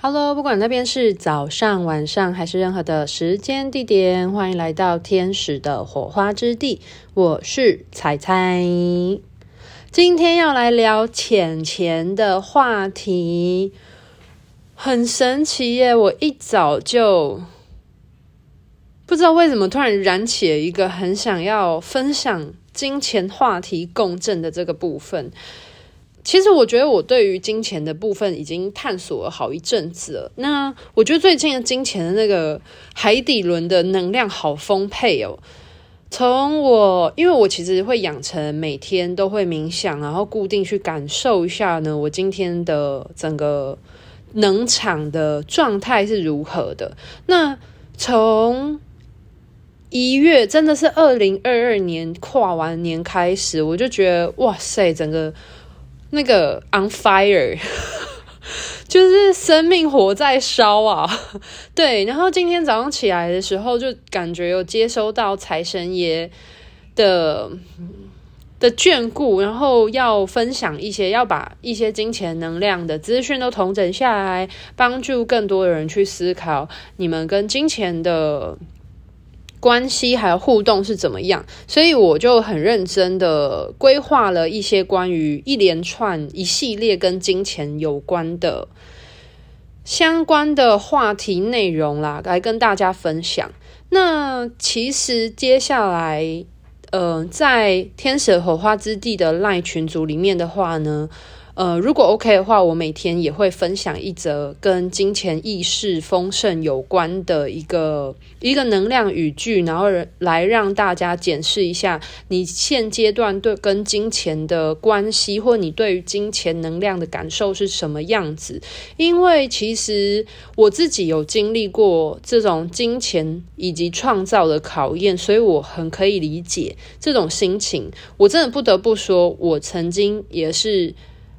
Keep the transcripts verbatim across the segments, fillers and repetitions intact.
Hello， 不管那边是早上、晚上还是任何的时间地点，欢迎来到天使的火花之地，我是彩彩。今天要来聊钱钱的话题，很神奇耶！我一早就不知道为什么突然燃起了一个很想要分享金钱话题共振的这个部分。其实我觉得我对于金钱的部分已经探索了好一阵子了。那我觉得最近的金钱的那个海底轮的能量好丰沛哦。从我，因为我其实会养成每天都会冥想，然后固定去感受一下呢，我今天的整个能场的状态是如何的。那从一月真的是二零二二年跨完年开始，我就觉得哇塞，整个那个 on fire 就是生命火在烧啊。对，然后今天早上起来的时候就感觉有接收到财神爷的的眷顾，然后要分享一些，要把一些金钱能量的资讯都统整下来，帮助更多的人去思考你们跟金钱的关系还有互动是怎么样。所以我就很认真的规划了一些关于一连串一系列跟金钱有关的相关的话题内容啦，来跟大家分享。那其实接下来呃，在天使火花之地的 LINE 群组里面的话呢，呃，如果 OK 的话，我每天也会分享一则跟金钱意识丰盛有关的一个一个能量语句，然后来让大家检视一下你现阶段对跟金钱的关系，或你对于金钱能量的感受是什么样子。因为其实我自己有经历过这种金钱以及创造的考验，所以我很可以理解这种心情。我真的不得不说，我曾经也是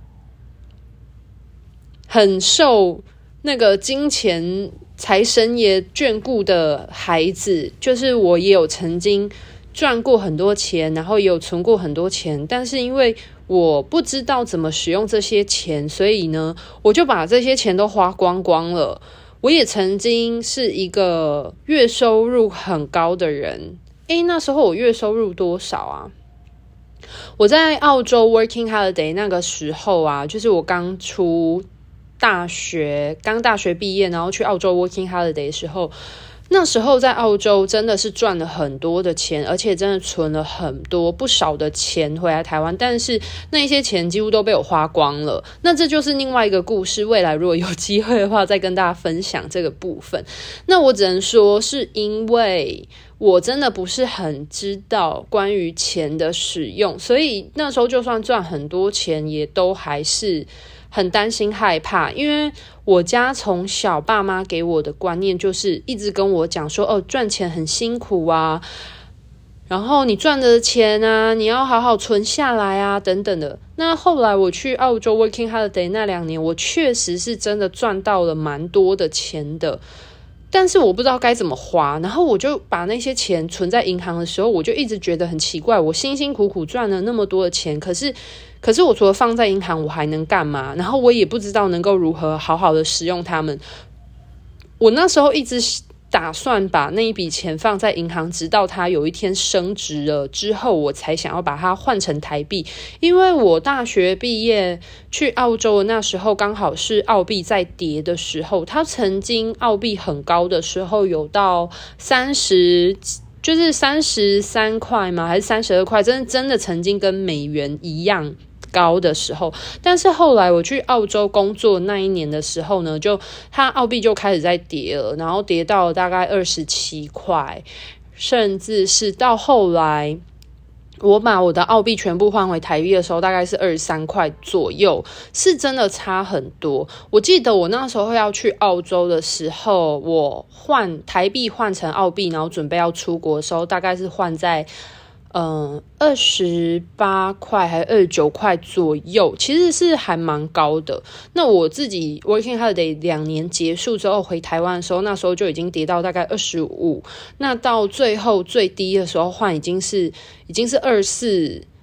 很受那个金钱财神爷眷顾的孩子，就是我也有曾经赚过很多钱，然后也有存过很多钱，但是因为我不知道怎么使用这些钱，所以呢，我就把这些钱都花光光了。我也曾经是一个月收入很高的人，诶，那时候我月收入多少啊？我在澳洲 working holiday 那个时候啊，就是我刚出大学，刚大学毕业，然后去澳洲 working holiday 的时候，那时候在澳洲真的是赚了很多的钱，而且真的存了很多不少的钱回来台湾，但是那些钱几乎都被我花光了。那这就是另外一个故事，未来如果有机会的话再跟大家分享这个部分。那我只能说是因为我真的不是很知道关于钱的使用，所以那时候就算赚很多钱也都还是很担心害怕。因为我家从小爸妈给我的观念就是一直跟我讲说，哦，赚钱很辛苦啊，然后你赚的钱啊，你要好好存下来啊，等等的。那后来我去澳洲 working holiday 那两年，我确实是真的赚到了蛮多的钱的，但是我不知道该怎么花，然后我就把那些钱存在银行的时候，我就一直觉得很奇怪，我辛辛苦苦赚了那么多的钱，可是可是我除了放在银行我还能干嘛？然后我也不知道能够如何好好的使用它们。我那时候一直打算把那一笔钱放在银行，直到它有一天升值了之后，我才想要把它换成台币。因为我大学毕业去澳洲的那时候，刚好是澳币在跌的时候，它曾经澳币很高的时候有到三十，就是三十三块吗？还是三十二块？真的真的曾经跟美元一样高的时候。但是后来我去澳洲工作那一年的时候呢，就它澳币就开始在跌了，然后跌到大概二十七块，甚至是到后来我把我的澳币全部换回台币的时候，大概是二十三块左右，是真的差很多。我记得我那时候要去澳洲的时候，我换台币换成澳币，然后准备要出国的时候，大概是换在嗯，二十八块还是二十九块左右，其实是还蛮高的。那我自己 working holiday 两年结束之后回台湾的时候，那时候就已经跌到大概二十五，那到最后最低的时候换已经是已经是二十四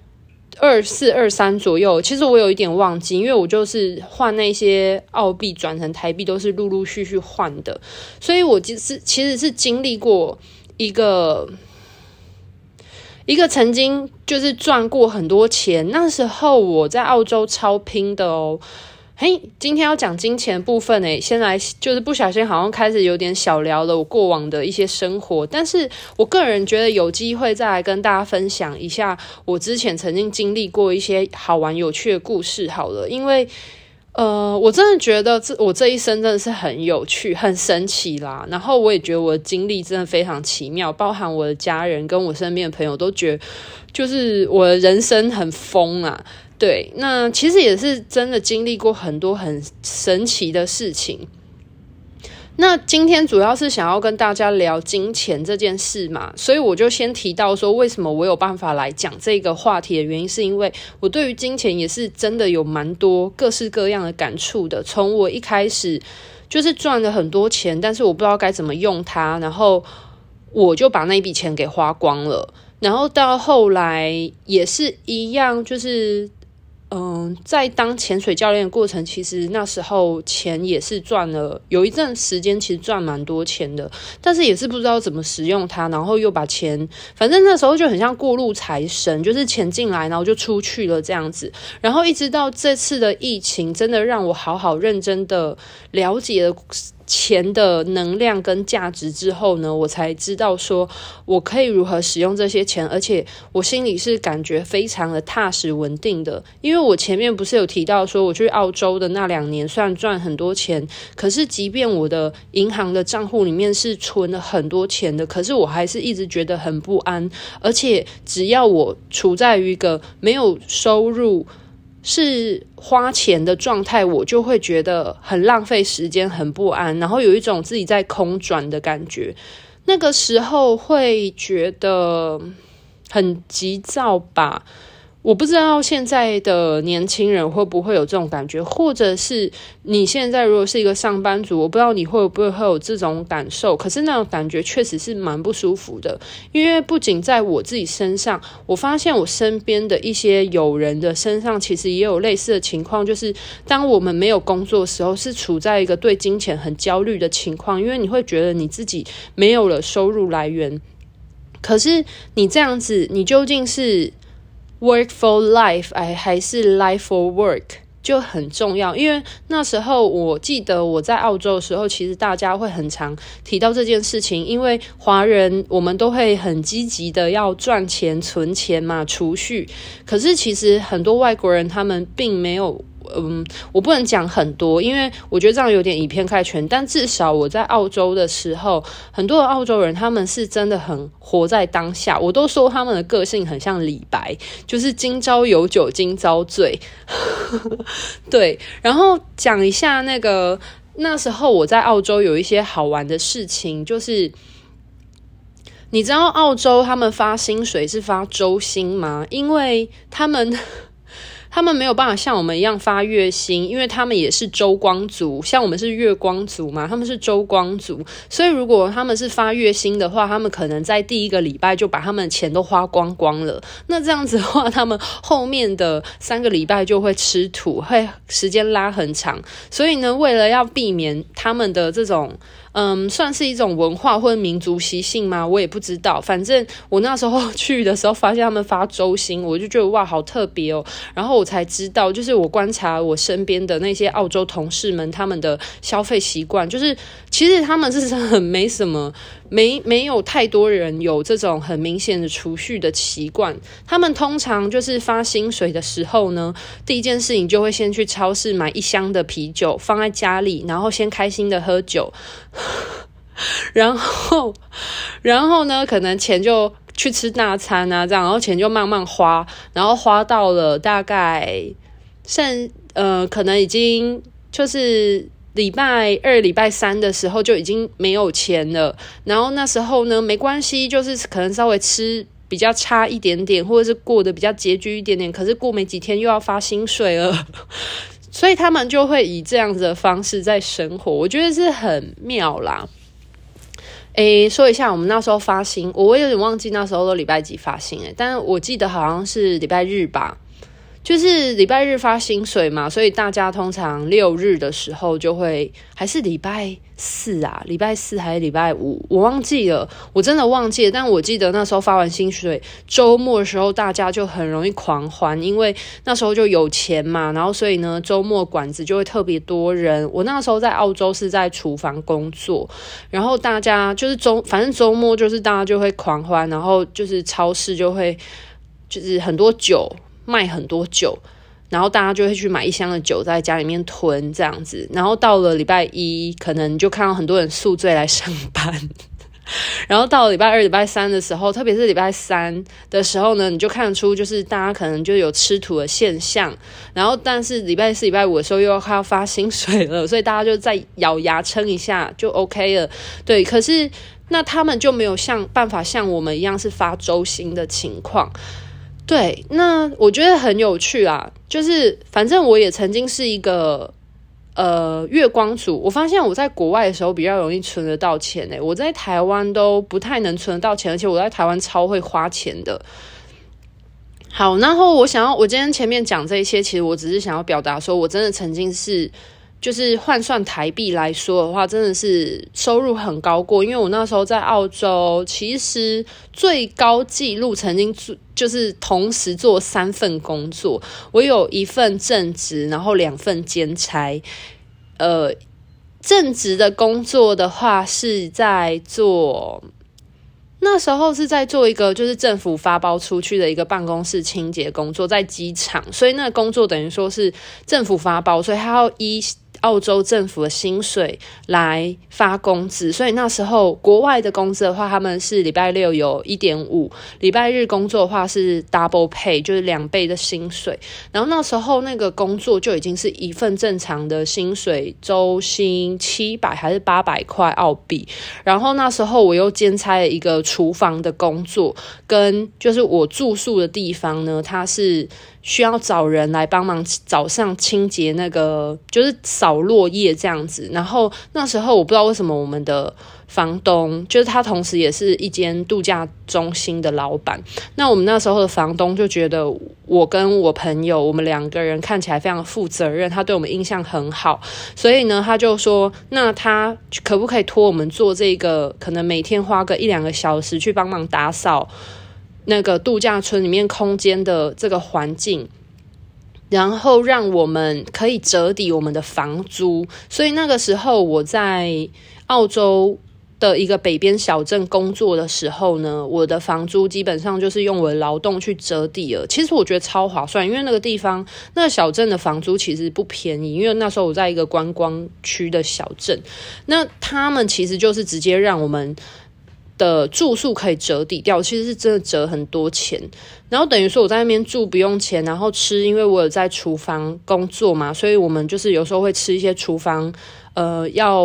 二四二三左右，其实我有一点忘记，因为我就是换那些澳币转成台币都是陆陆续续换的，所以我其实其实是经历过一个一个曾经就是赚过很多钱，那时候我在澳洲超拼的哦。嘿，今天要讲金钱部分诶，先来就是不小心好像开始有点小聊了我过往的一些生活，但是我个人觉得有机会再来跟大家分享一下我之前曾经经历过一些好玩有趣的故事好了，因为呃，我真的觉得这我这一生真的是很有趣很神奇啦，然后我也觉得我的经历真的非常奇妙，包含我的家人跟我身边的朋友都觉得就是我的人生很疯啊。对，那其实也是真的经历过很多很神奇的事情。那今天主要是想要跟大家聊金钱这件事嘛，所以我就先提到说为什么我有办法来讲这个话题的原因，是因为我对于金钱也是真的有蛮多各式各样的感触的。从我一开始就是赚了很多钱，但是我不知道该怎么用它，然后我就把那笔钱给花光了，然后到后来也是一样，就是嗯，在当潜水教练的过程，其实那时候钱也是赚了，有一阵时间其实赚蛮多钱的，但是也是不知道怎么使用它，然后又把钱，反正那时候就很像过路财神，就是钱进来然后就出去了这样子。然后一直到这次的疫情，真的让我好好认真的了解了钱的能量跟价值之后呢，我才知道说我可以如何使用这些钱，而且我心里是感觉非常的踏实稳定的。因为我前面不是有提到说我去澳洲的那两年虽然赚很多钱，可是即便我的银行的账户里面是存了很多钱的，可是我还是一直觉得很不安，而且只要我处在于一个没有收入是花钱的状态，我就会觉得很浪费时间，很不安，然后有一种自己在空转的感觉。那个时候会觉得很急躁吧，我不知道现在的年轻人会不会有这种感觉，或者是你现在如果是一个上班族，我不知道你会不会会有这种感受，可是那种感觉确实是蛮不舒服的。因为不仅在我自己身上，我发现我身边的一些友人的身上其实也有类似的情况，就是当我们没有工作的时候，是处在一个对金钱很焦虑的情况，因为你会觉得你自己没有了收入来源，可是你这样子，你究竟是work for life 还是 life for work 就很重要。因为那时候我记得我在澳洲的时候，其实大家会很常提到这件事情，因为华人我们都会很积极的要赚钱存钱嘛，储蓄，可是其实很多外国人他们并没有嗯，我不能讲很多，因为我觉得这样有点以偏概全，但至少我在澳洲的时候，很多的澳洲人他们是真的很活在当下，我都说他们的个性很像李白，就是今朝有酒今朝醉对，然后讲一下那个那时候我在澳洲有一些好玩的事情，就是你知道澳洲他们发薪水是发周薪吗？因为他们他们没有办法像我们一样发月薪，因为他们也是周光族，像我们是月光族嘛，他们是周光族，所以如果他们是发月薪的话，他们可能在第一个礼拜就把他们的钱都花光光了，那这样子的话，他们后面的三个礼拜就会吃土，会时间拉很长。所以呢，为了要避免他们的这种嗯，算是一种文化或者民族习性吗？我也不知道。反正我那时候去的时候，发现他们发周薪，我就觉得哇，好特别哦。然后我才知道，就是我观察我身边的那些澳洲同事们，他们的消费习惯，就是其实他们是真的很没什么，没没有太多人有这种很明显的储蓄的习惯。他们通常就是发薪水的时候呢，第一件事情就会先去超市买一箱的啤酒放在家里，然后先开心的喝酒。然后然后呢可能钱就去吃大餐啊这样，然后钱就慢慢花，然后花到了大概剩呃可能已经就是礼拜二礼拜三的时候就已经没有钱了，然后那时候呢没关系，就是可能稍微吃比较差一点点，或者是过得比较拮据一点点，可是过没几天又要发薪水了所以他们就会以这样子的方式在生活，我觉得是很妙啦。诶，说一下我们那时候发薪，我有点忘记那时候都礼拜几发薪诶，但我记得好像是礼拜日吧。 就是礼拜日发薪水嘛，所以大家通常六日的时候就会，还是礼拜四啊，礼拜四还是礼拜五，我忘记了，我真的忘记了。但我记得那时候发完薪水，周末的时候大家就很容易狂欢，因为那时候就有钱嘛，然后所以呢，周末馆子就会特别多人。我那时候在澳洲是在厨房工作，然后大家就是周，反正周末就是大家就会狂欢，然后就是超市就会就是很多酒。卖很多酒，然后大家就会去买一箱的酒在家里面囤这样子，然后到了礼拜一可能就看到很多人宿醉来上班然后到了礼拜二礼拜三的时候，特别是礼拜三的时候呢，你就看得出就是大家可能就有吃土的现象，然后但是礼拜四礼拜五的时候又要快要发薪水了，所以大家就再咬牙撑一下就 OK 了。对，可是那他们就没有像办法像我们一样是发周薪的情况。对，那我觉得很有趣啊，就是反正我也曾经是一个呃月光族，我发现我在国外的时候比较容易存得到钱诶，我在台湾都不太能存得到钱，而且我在台湾超会花钱的。好，然后我想要，我今天前面讲这一些，其实我只是想要表达说，我真的曾经是。就是换算台币来说的话，真的是收入很高过，因为我那时候在澳洲，其实最高纪录曾经就是同时做三份工作，我有一份正职，然后两份兼差。呃，正职的工作的话是在做。那时候是在做一个就是政府发包出去的一个办公室清洁工作，在机场，所以那个工作等于说是政府发包，所以他要依澳洲政府的薪水来发工资，所以那时候国外的工资的话，他们是礼拜六有 一点五， 礼拜日工作的话是 double pay， 就是两倍的薪水。然后那时候那个工作就已经是一份正常的薪水，周薪七百还是八百块澳币。然后那时候我又兼差了一个厨房的工作，跟就是我住宿的地方呢，它是需要找人来帮忙早上清洁那个就是扫落叶这样子。然后那时候我不知道为什么我们的房东就是他同时也是一间度假中心的老板，那我们那时候的房东就觉得我跟我朋友我们两个人看起来非常负责任，他对我们印象很好，所以呢他就说那他可不可以托我们做这个可能每天花个一两个小时去帮忙打扫那个度假村里面空间的这个环境，然后让我们可以折抵我们的房租。所以那个时候我在澳洲的一个北边小镇工作的时候呢，我的房租基本上就是用我的劳动去折抵了。其实我觉得超划算，因为那个地方那个小镇的房租其实不便宜，因为那时候我在一个观光区的小镇，那他们其实就是直接让我们的住宿可以折抵掉，其实是真的折很多钱。然后等于说我在那边住不用钱，然后吃，因为我有在厨房工作嘛，所以我们就是有时候会吃一些厨房呃要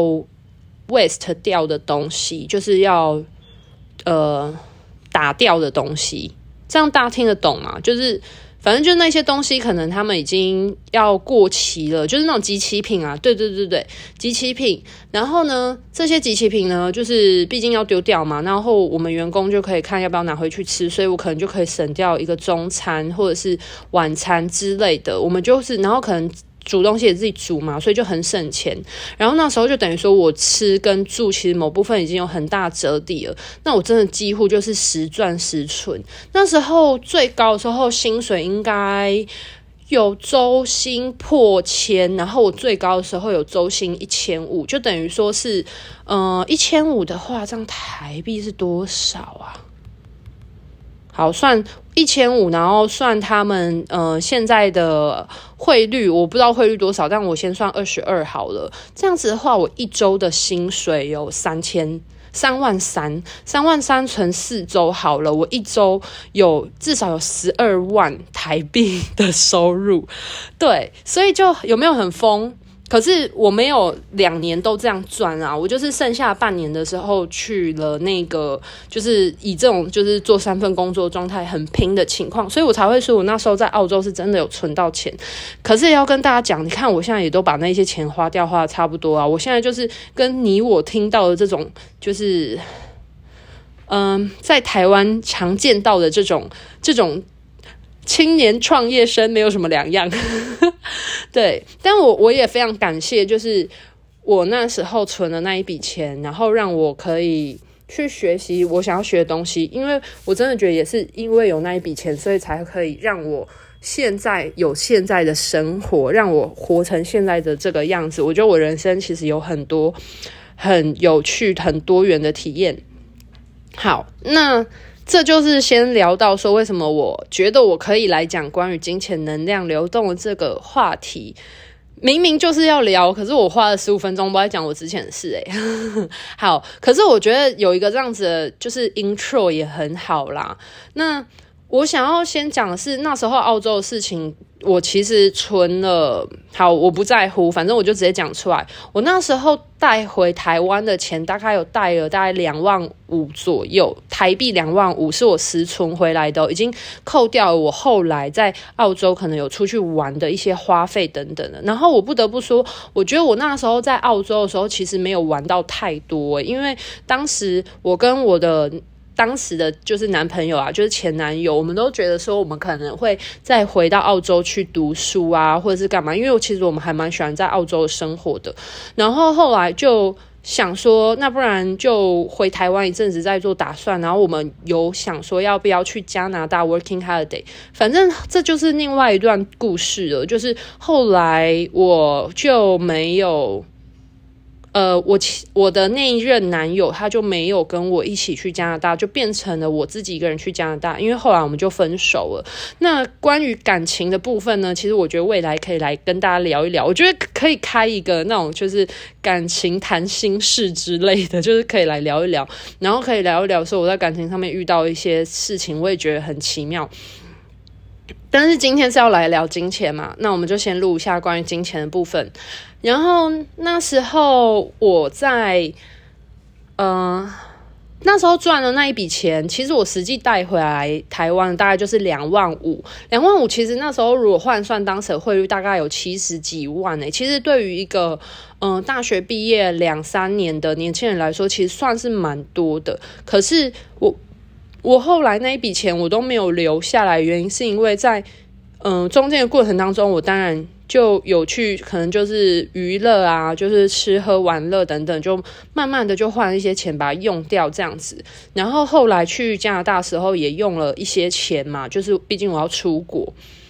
waste 掉的东西，就是要呃打掉的东西。这样大家听得懂吗？就是反正就是那些东西可能他们已经要过期了，就是那种即期品啊，对对对对，即期品。然后呢，这些即期品呢，就是毕竟要丢掉嘛，然后我们员工就可以看要不要拿回去吃，所以我可能就可以省掉一个中餐或者是晚餐之类的。我们就是，然后可能煮东西也自己煮嘛，所以就很省钱。然后那时候就等于说我吃跟住其实某部分已经有很大折抵了，那我真的几乎就是实赚实存。那时候最高的时候薪水应该有周薪破千，然后我最高的时候有周薪一千五，就等于说是呃一千五的话，这样台币是多少啊？好，算一千五，然后算他们呃现在的汇率，我不知道汇率多少，但我先算二十二好了。这样子的话，我一周的薪水有三千三万三，三万三乘四周好了，我一周有至少有十二万台币的收入。对，所以就有没有很疯？可是我没有两年都这样赚啊，我就是剩下半年的时候去了那个就是以这种就是做三份工作状态很拼的情况，所以我才会说我那时候在澳洲是真的有存到钱。可是也要跟大家讲，你看我现在也都把那些钱花掉花的差不多啊，我现在就是跟你我听到的这种就是嗯，在台湾常见到的这种这种青年创业生没有什么两样。对，但我我也非常感谢，就是我那时候存的那一笔钱，然后让我可以去学习我想要学的东西，因为我真的觉得也是因为有那一笔钱，所以才可以让我现在有现在的生活，让我活成现在的这个样子。我觉得我人生其实有很多很有趣很多元的体验。好，那这就是先聊到说为什么我觉得我可以来讲关于金钱能量流动的这个话题。明明就是要聊，可是我花了十五分钟都在讲我之前的事诶、欸、好，可是我觉得有一个这样子的就是 intro 也很好啦。那我想要先讲的是那时候澳洲的事情，我其实存了，好，我不在乎，反正我就直接讲出来。我那时候带回台湾的钱大概有带了大概两万五左右，台币两万五是我实存回来的、哦、已经扣掉了我后来在澳洲可能有出去玩的一些花费等等的。然后我不得不说，我觉得我那时候在澳洲的时候其实没有玩到太多，因为当时我跟我的当时的就是男朋友啊，就是前男友，我们都觉得说我们可能会再回到澳洲去读书啊，或者是干嘛，因为其实我们还蛮喜欢在澳洲的生活的。然后后来就想说，那不然就回台湾一阵子再做打算，然后我们有想说要不要去加拿大 working holiday， 反正这就是另外一段故事了。就是后来我就没有呃，我我的那一任男友他就没有跟我一起去加拿大，就变成了我自己一个人去加拿大，因为后来我们就分手了。那关于感情的部分呢，其实我觉得未来可以来跟大家聊一聊，我觉得可以开一个那种就是感情谈心事之类的，就是可以来聊一聊，然后可以聊一聊说我在感情上面遇到一些事情，我也觉得很奇妙。但是今天是要来聊金钱嘛，那我们就先录一下关于金钱的部分。然后那时候我在呃那时候赚的那一笔钱，其实我实际带回来台湾大概就是两万五，两万五其实那时候如果换算当时的汇率大概有七十几万诶、欸，其实对于一个嗯、呃、大学毕业两三年的年轻人来说，其实算是蛮多的。可是我我后来那一笔钱我都没有留下来，原因是因为在嗯、呃、中间的过程当中，我当然就有去可能就是娱乐啊，就是吃喝玩乐等等，就慢慢的就换了一些钱把它用掉这样子。然后后来去加拿大的时候也用了一些钱嘛，就是毕竟我要出国。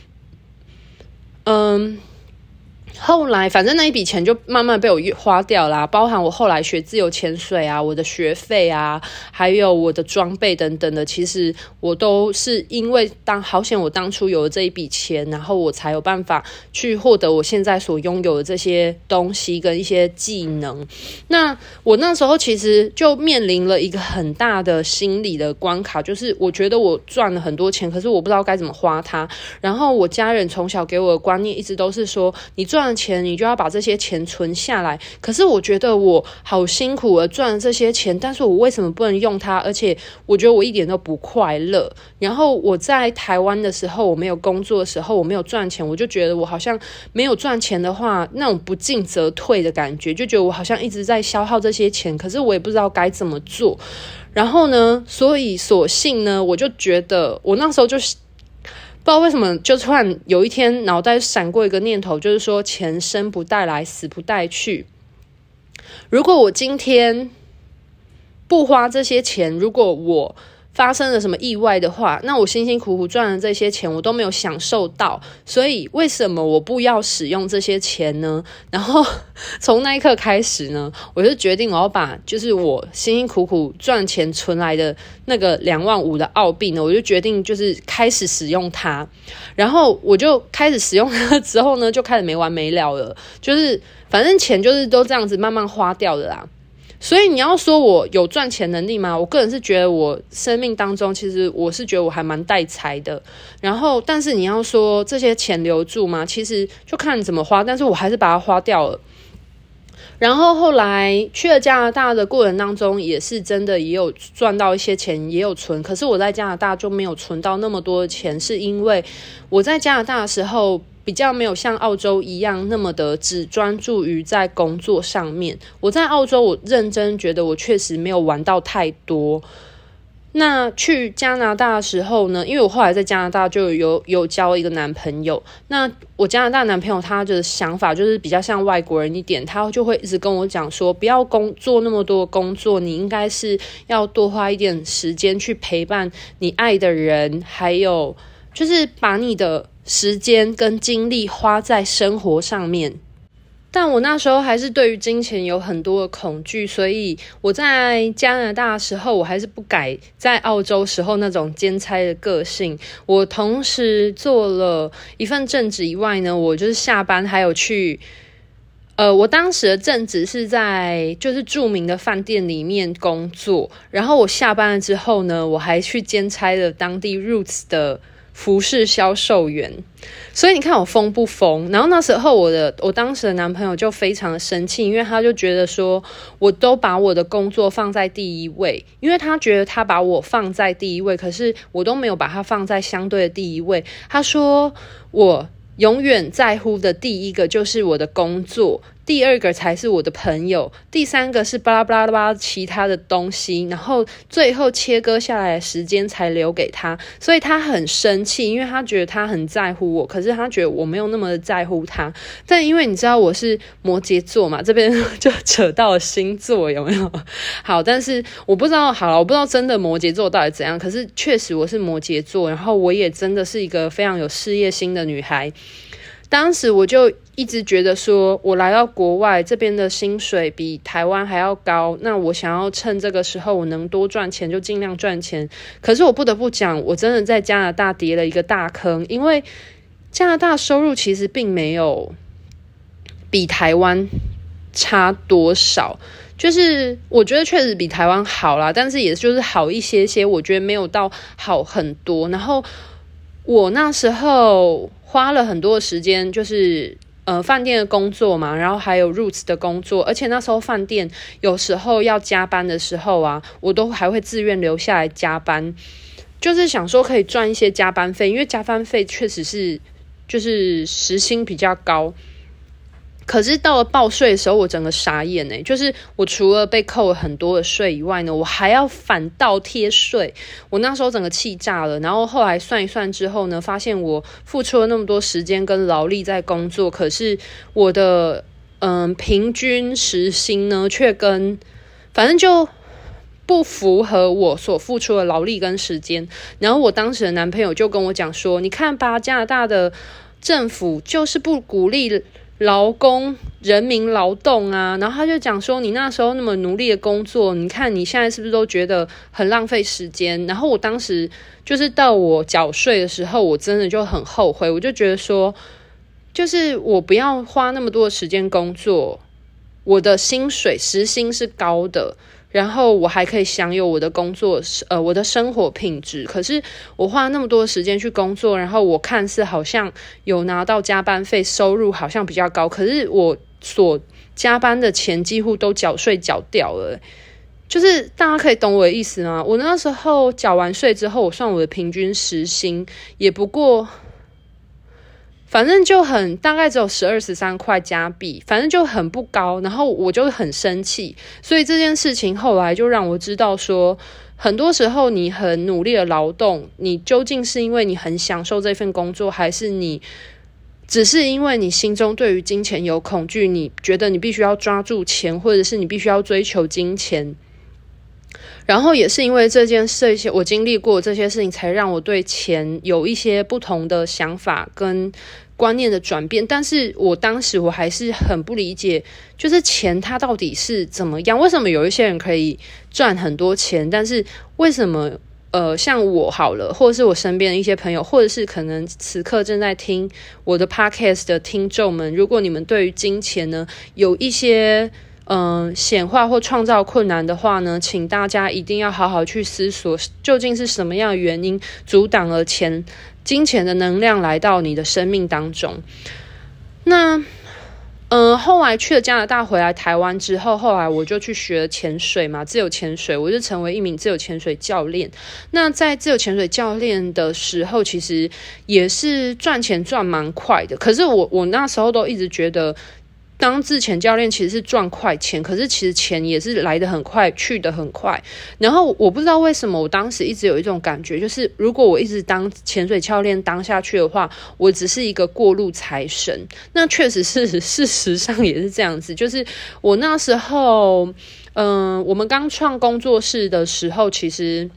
嗯。后来反正那一笔钱就慢慢被我花掉啦，包含我后来学自由潜水啊，我的学费啊，还有我的装备等等的，其实我都是因为当好险我当初有了这一笔钱，然后我才有办法去获得我现在所拥有的这些东西跟一些技能。那我那时候其实就面临了一个很大的心理的关卡，就是我觉得我赚了很多钱，可是我不知道该怎么花它。然后我家人从小给我的观念一直都是说，你赚钱你就要把这些钱存下来，可是我觉得我好辛苦的赚了这些钱，但是我为什么不能用它？而且我觉得我一点都不快乐。然后我在台湾的时候，我没有工作的时候，我没有赚钱，我就觉得我好像没有赚钱的话，那种不进则退的感觉，就觉得我好像一直在消耗这些钱，可是我也不知道该怎么做。然后呢，所以索性呢，我就觉得我那时候就是不知道为什么，就突然有一天脑袋闪过一个念头，就是说钱生不带来，死不带去。如果我今天不花这些钱，如果我发生了什么意外的话，那我辛辛苦苦赚的这些钱我都没有享受到，所以为什么我不要使用这些钱呢？然后从那一刻开始呢，我就决定我要把就是我辛辛苦苦赚钱存来的那个两万五的澳币呢，我就决定就是开始使用它。然后我就开始使用它之后呢，就开始没完没了了，就是反正钱就是都这样子慢慢花掉的啦。所以你要说我有赚钱能力吗？我个人是觉得我生命当中其实我是觉得我还蛮带财的。然后但是你要说这些钱留住吗？其实就看你怎么花，但是我还是把它花掉了。然后后来去了加拿大的过程当中，也是真的也有赚到一些钱，也有存。可是我在加拿大就没有存到那么多的钱，是因为我在加拿大的时候比较没有像澳洲一样那么的只专注于在工作上面。我在澳洲我认真觉得我确实没有玩到太多。 那去加拿大的时候呢，因为我后来在加拿大就有有交一个男朋友，那我加拿大男朋友他的想法就是比较像外国人一点，他就会一直跟我讲说，不要工做那么多工作，你应该是要多花一点时间去陪伴你爱的人，还有就是把你的时间跟精力花在生活上面。但我那时候还是对于金钱有很多的恐惧，所以我在加拿大的时候，我还是不改在澳洲时候那种兼差的个性。我同时做了一份正职以外呢，我就是下班还有去呃，我当时的正职是在就是著名的饭店里面工作，然后我下班了之后呢，我还去兼差了当地 Roots 的服饰销售员。所以你看我疯不疯？然后那时候我的我当时的男朋友就非常的生气，因为他就觉得说我都把我的工作放在第一位，因为他觉得他把我放在第一位，可是我都没有把他放在相对的第一位。他说我永远在乎的第一个就是我的工作，第二个才是我的朋友，第三个是巴拉巴拉巴拉其他的东西，然后最后切割下来的时间才留给他。所以他很生气，因为他觉得他很在乎我，可是他觉得我没有那么的在乎他。但因为你知道我是摩羯座嘛，这边就扯到了星座，有没有？好，但是我不知道，好了，我不知道真的摩羯座到底怎样，可是确实我是摩羯座，然后我也真的是一个非常有事业心的女孩。当时我就一直觉得说，我来到国外这边的薪水比台湾还要高，那我想要趁这个时候我能多赚钱就尽量赚钱。可是我不得不讲，我真的在加拿大跌了一个大坑，因为加拿大收入其实并没有比台湾差多少，就是我觉得确实比台湾好啦，但是也就是好一些些，我觉得没有到好很多。然后我那时候花了很多的时间，就是呃饭店的工作嘛，然后还有 Roots 的工作，而且那时候饭店有时候要加班的时候啊，我都还会自愿留下来加班，就是想说可以赚一些加班费，因为加班费确实是就是时薪比较高。可是到了报税的时候，我整个傻眼欸，就是我除了被扣了很多的税以外呢，我还要反倒贴税，我那时候整个气炸了。然后后来算一算之后呢，发现我付出了那么多时间跟劳力在工作，可是我的嗯平均时薪呢，却跟反正就不符合我所付出的劳力跟时间。然后我当时的男朋友就跟我讲说，你看吧，加拿大的政府就是不鼓励劳工人民劳动啊，然后他就讲说，你那时候那么努力的工作，你看你现在是不是都觉得很浪费时间？然后我当时就是到我缴税的时候，我真的就很后悔，我就觉得说，就是我不要花那么多的时间工作，我的薪水时薪是高的，然后我还可以享有我的工作呃我的生活品质。可是我花那么多时间去工作，然后我看似好像有拿到加班费，收入好像比较高，可是我所加班的钱几乎都缴税缴掉了。就是大家可以懂我的意思吗？我那时候缴完税之后，我算我的平均时薪也不过反正就很大概只有十二十三块加币，反正就很不高。然后我就很生气，所以这件事情后来就让我知道说，很多时候你很努力的劳动，你究竟是因为你很享受这份工作，还是你只是因为你心中对于金钱有恐惧，你觉得你必须要抓住钱，或者是你必须要追求金钱。然后也是因为这件事情，我经历过这些事情，才让我对钱有一些不同的想法跟观念的转变。但是我当时我还是很不理解，就是钱它到底是怎么样？为什么有一些人可以赚很多钱，但是为什么呃像我好了，或者是我身边的一些朋友，或者是可能此刻正在听我的 podcast 的听众们，如果你们对于金钱呢有一些嗯，显化或创造困难的话呢，请大家一定要好好去思索，究竟是什么样的原因阻挡了钱、金钱的能量来到你的生命当中。那，嗯，后来去了加拿大，回来台湾之后，后来我就去学了潜水嘛，自由潜水，我就成为一名自由潜水教练。那在自由潜水教练的时候，其实也是赚钱赚蛮快的，可是我我那时候都一直觉得， 当自潜教练其实是赚快钱，可是其实钱也是来得很快，去得很快。然后我不知道为什么我当时一直有一种感觉，就是如果我一直当潜水教练当下去的话，我只是一个过路财神。那确实是事实上也是这样子，就是我那时候嗯、呃，我们刚创工作室的时候，其实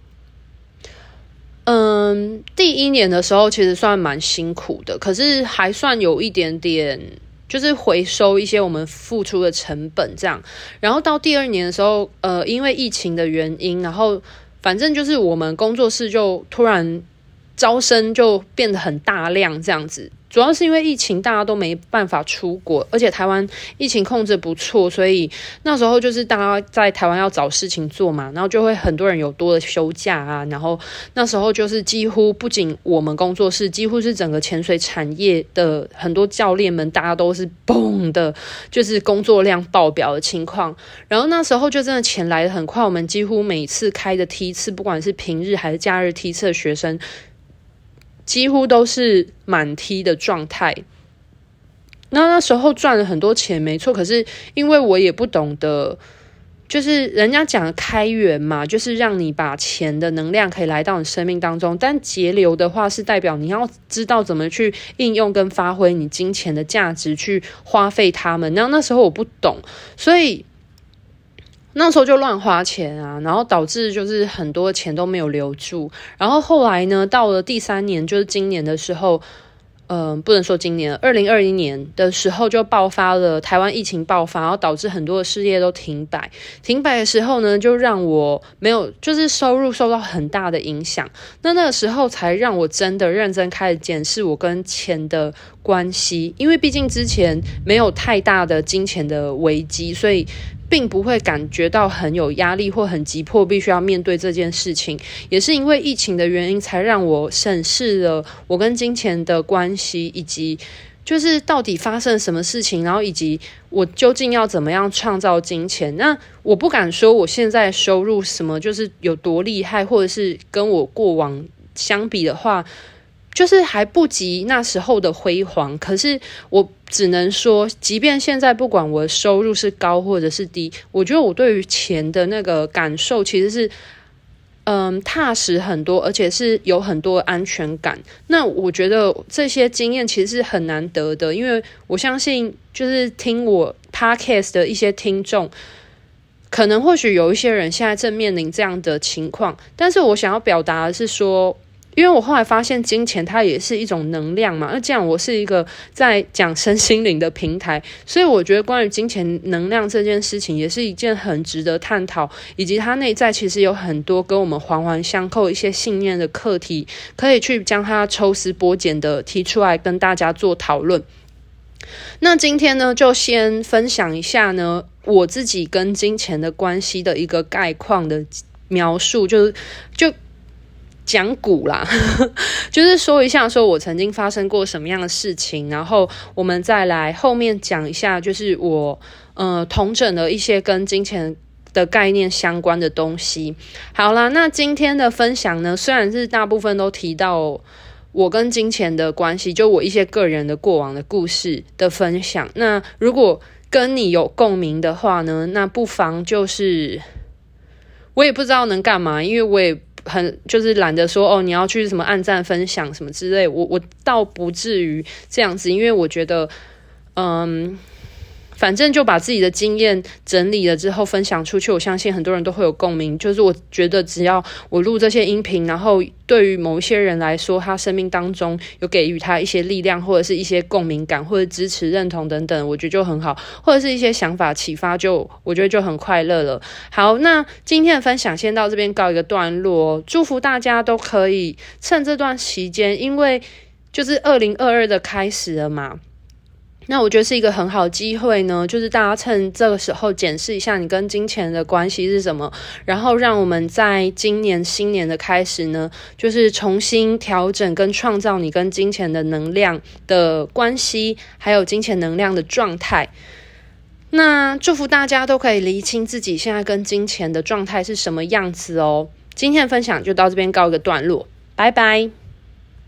嗯，第一年的时候其实算蛮辛苦的，可是还算有一点点就是回收一些我们付出的成本这样。然后到第二年的时候，呃，因为疫情的原因，然后反正就是我们工作室就突然招生就变得很大量这样子。主要是因为疫情大家都没办法出国，而且台湾疫情控制不错，所以那时候就是大家在台湾要找事情做嘛，然后就会很多人有多的休假啊，然后那时候就是几乎不仅我们工作室，几乎是整个潜水产业的很多教练们，大家都是嘣的，就是工作量爆表的情况。然后那时候就真的钱来得很快，我们几乎每次开的梯次，不管是平日还是假日梯次的学生，几乎都是满梯的状态。那那时候赚了很多钱没错，可是因为我也不懂得，就是人家讲的开源嘛，就是让你把钱的能量可以来到你生命当中，但节流的话是代表你要知道怎么去应用跟发挥你金钱的价值，去花费它们。然后那时候我不懂，所以那时候就乱花钱啊，然后导致就是很多钱都没有留住。然后后来呢，到了第三年，就是今年的时候，嗯、呃，不能说今年，二零二一年的时候就爆发了台湾疫情爆发，然后导致很多的事业都停摆。停摆的时候呢，就让我没有，就是收入受到很大的影响。那那个时候才让我真的认真开始检视我跟钱的关系，因为毕竟之前没有太大的金钱的危机，所以并不会感觉到很有压力或很急迫必须要面对这件事情。也是因为疫情的原因，才让我审视了我跟金钱的关系，以及就是到底发生什么事情，然后以及我究竟要怎么样创造金钱。那我不敢说我现在收入什么就是有多厉害，或者是跟我过往相比的话就是还不及那时候的辉煌，可是我只能说，即便现在不管我的收入是高或者是低，我觉得我对于钱的那个感受其实是嗯踏实很多，而且是有很多安全感。那我觉得这些经验其实是很难得的，因为我相信就是听我 podcast 的一些听众，可能或许有一些人现在正面临这样的情况，但是我想要表达的是说，因为我后来发现金钱它也是一种能量嘛，那这样我是一个在讲身心灵的平台，所以我觉得关于金钱能量这件事情也是一件很值得探讨，以及它内在其实有很多跟我们环环相扣一些信念的课题，可以去将它抽丝剥茧的提出来跟大家做讨论。那今天呢，就先分享一下呢我自己跟金钱的关系的一个概况的描述，就是就讲古啦就是说一下说我曾经发生过什么样的事情，然后我们再来后面讲一下就是我呃统整了一些跟金钱的概念相关的东西。好啦，那今天的分享呢，虽然是大部分都提到我跟金钱的关系，就我一些个人的过往的故事的分享，那如果跟你有共鸣的话呢，那不妨就是我也不知道能干嘛，因为我也很就是懒得说哦，你要去什么按赞分享什么之类，我我倒不至于这样子，因为我觉得嗯反正就把自己的经验整理了之后分享出去，我相信很多人都会有共鸣。就是我觉得只要我录这些音频，然后对于某一些人来说，他生命当中有给予他一些力量，或者是一些共鸣感，或者支持认同等等，我觉得就很好，或者是一些想法启发，就我觉得就很快乐了。好，那今天的分享先到这边告一个段落，祝福大家都可以趁这段期间，因为就是二零二二的开始了嘛，那我觉得是一个很好的机会呢，就是大家趁这个时候检视一下你跟金钱的关系是什么，然后让我们在今年新年的开始呢，就是重新调整跟创造你跟金钱的能量的关系，还有金钱能量的状态。那祝福大家都可以厘清自己现在跟金钱的状态是什么样子哦。今天的分享就到这边告一个段落，拜拜。